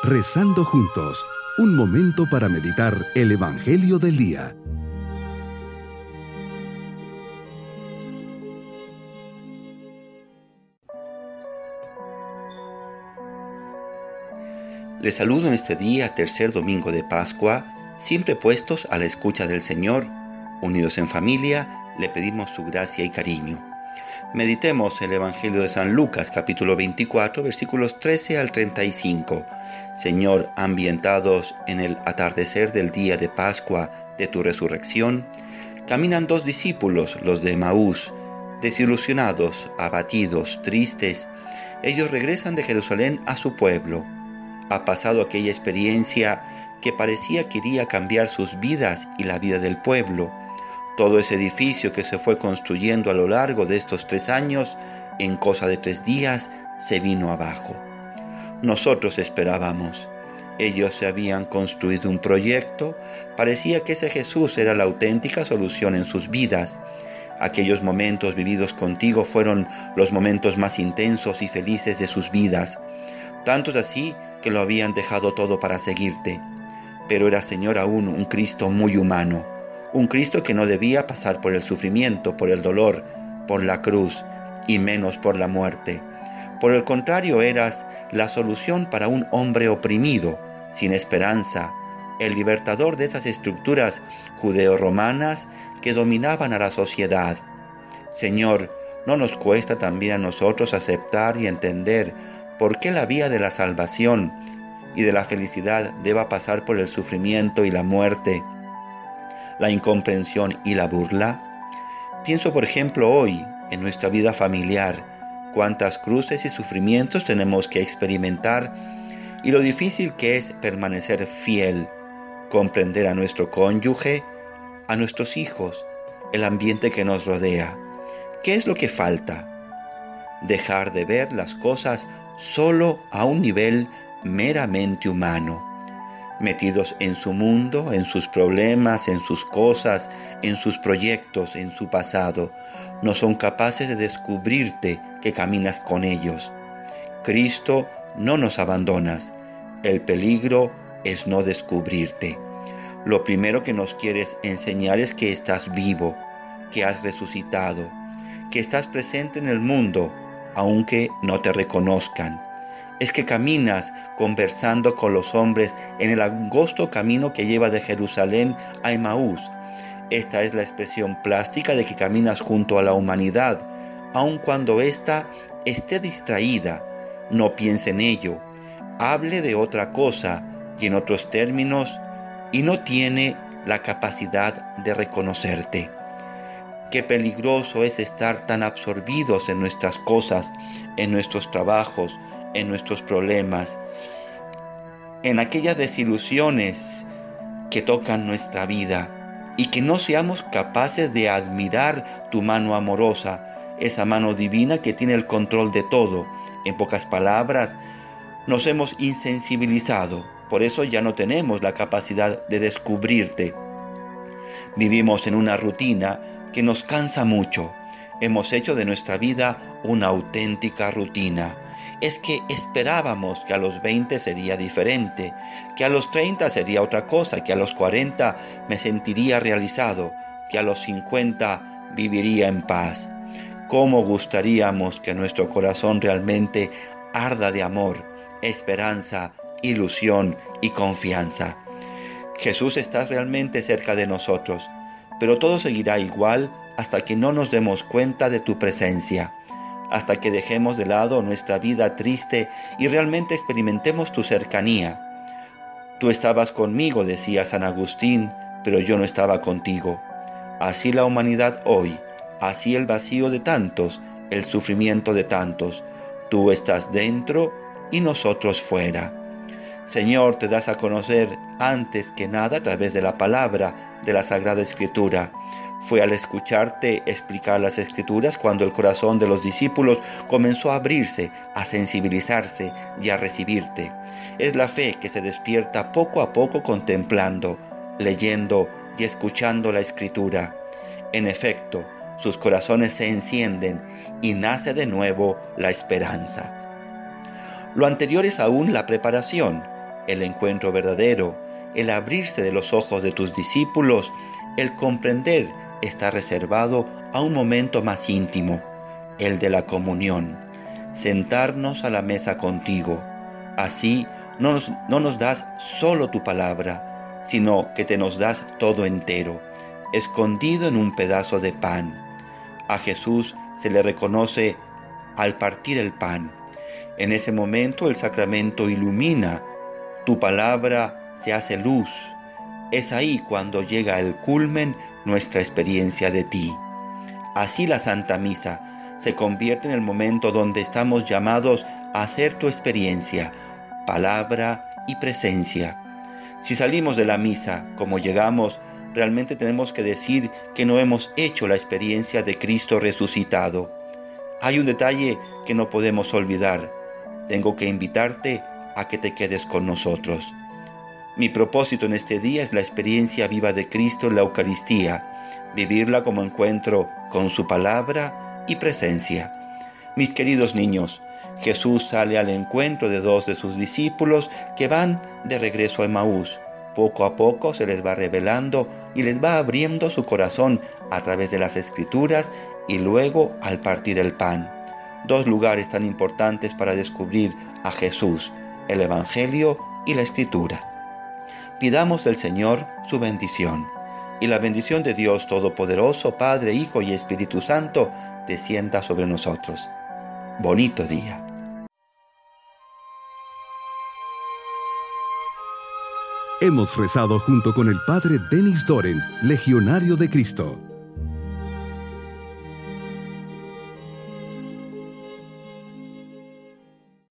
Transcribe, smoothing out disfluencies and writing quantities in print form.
Rezando juntos, un momento para meditar el Evangelio del día. Les saludo en este día, tercer domingo de Pascua, siempre puestos a la escucha del Señor, unidos en familia, le pedimos su gracia y cariño. Meditemos el Evangelio de San Lucas, capítulo 24, versículos 13 al 35. Señor, ambientados en el atardecer del día de Pascua de tu resurrección, caminan dos discípulos, los de Emaús, desilusionados, abatidos, tristes. Ellos regresan de Jerusalén a su pueblo. Ha pasado aquella experiencia que parecía que iría a cambiar sus vidas y la vida del pueblo. Todo ese edificio que se fue construyendo a lo largo de estos 3 años, en cosa de 3 días, se vino abajo. Nosotros esperábamos. Ellos se habían construido un proyecto. Parecía que ese Jesús era la auténtica solución en sus vidas. Aquellos momentos vividos contigo fueron los momentos más intensos y felices de sus vidas. Tantos así que lo habían dejado todo para seguirte. Pero era, Señor, aún un Cristo muy humano. Un Cristo que no debía pasar por el sufrimiento, por el dolor, por la cruz y menos por la muerte. Por el contrario, eras la solución para un hombre oprimido, sin esperanza, el libertador de esas estructuras judeo-romanas que dominaban a la sociedad. Señor, ¿no nos cuesta también a nosotros aceptar y entender por qué la vía de la salvación y de la felicidad deba pasar por el sufrimiento y la muerte, la incomprensión y la burla? Pienso, por ejemplo, hoy en nuestra vida familiar, cuántas cruces y sufrimientos tenemos que experimentar y lo difícil que es permanecer fiel, comprender a nuestro cónyuge, a nuestros hijos, el ambiente que nos rodea. ¿Qué es lo que falta? Dejar de ver las cosas solo a un nivel meramente humano. Metidos en su mundo, en sus problemas, en sus cosas, en sus proyectos, en su pasado, no son capaces de descubrirte que caminas con ellos. Cristo, no nos abandonas. El peligro es no descubrirte. Lo primero que nos quieres enseñar es que estás vivo, que has resucitado, que estás presente en el mundo, aunque no te reconozcan. Es que caminas conversando con los hombres en el angosto camino que lleva de Jerusalén a Emaús. Esta es la expresión plástica de que caminas junto a la humanidad, aun cuando ésta esté distraída, no piense en ello, hable de otra cosa y en otros términos, y no tiene la capacidad de reconocerte. Qué peligroso es estar tan absorbidos en nuestras cosas, en nuestros trabajos, en nuestros problemas, en aquellas desilusiones que tocan nuestra vida, y que no seamos capaces de admirar tu mano amorosa, esa mano divina que tiene el control de todo. En pocas palabras, nos hemos insensibilizado, por eso ya no tenemos la capacidad de descubrirte. Vivimos en una rutina que nos cansa mucho. Hemos hecho de nuestra vida una auténtica rutina. Es que esperábamos que a los 20 sería diferente, que a los 30 sería otra cosa, que a los 40 me sentiría realizado, que a los 50 viviría en paz. ¿Cómo gustaríamos que nuestro corazón realmente arda de amor, esperanza, ilusión y confianza? Jesús está realmente cerca de nosotros, pero todo seguirá igual hasta que no nos demos cuenta de tu presencia, hasta que dejemos de lado nuestra vida triste y realmente experimentemos tu cercanía. Tú estabas conmigo, decía San Agustín, pero yo no estaba contigo. Así la humanidad hoy, así el vacío de tantos, el sufrimiento de tantos. Tú estás dentro y nosotros fuera. Señor, te das a conocer antes que nada a través de la palabra de la Sagrada Escritura. Fue al escucharte explicar las Escrituras cuando el corazón de los discípulos comenzó a abrirse, a sensibilizarse y a recibirte. Es la fe que se despierta poco a poco contemplando, leyendo y escuchando la Escritura. En efecto, sus corazones se encienden y nace de nuevo la esperanza. Lo anterior es aún la preparación. el encuentro verdadero, el abrirse de los ojos de tus discípulos, el comprender está reservado a un momento más íntimo, el de la comunión, sentarnos a la mesa contigo. Así no nos das solo tu palabra, sino que te nos das todo entero, escondido en un pedazo de pan. A Jesús se le reconoce al partir el pan. En ese momento el sacramento ilumina, tu palabra se hace luz. Es ahí cuando llega al culmen nuestra experiencia de ti. Así la Santa Misa se convierte en el momento donde estamos llamados a hacer tu experiencia, palabra y presencia. Si salimos de la misa como llegamos, realmente tenemos que decir que no hemos hecho la experiencia de Cristo resucitado. Hay un detalle que no podemos olvidar. Tengo que invitarte a que te quedes con nosotros. Mi propósito en este día es la experiencia viva de Cristo en la Eucaristía, vivirla como encuentro con su palabra y presencia. Mis queridos niños, Jesús sale al encuentro de dos de sus discípulos que van de regreso a Emaús. Poco a poco se les va revelando y les va abriendo su corazón a través de las Escrituras y luego al partir el pan. Dos lugares tan importantes para descubrir a Jesús, el Evangelio y la Escritura. Pidamos del Señor su bendición. Y la bendición de Dios Todopoderoso, Padre, Hijo y Espíritu Santo, descienda sobre nosotros. Bonito día. Hemos rezado junto con el Padre Denis Doren, Legionario de Cristo.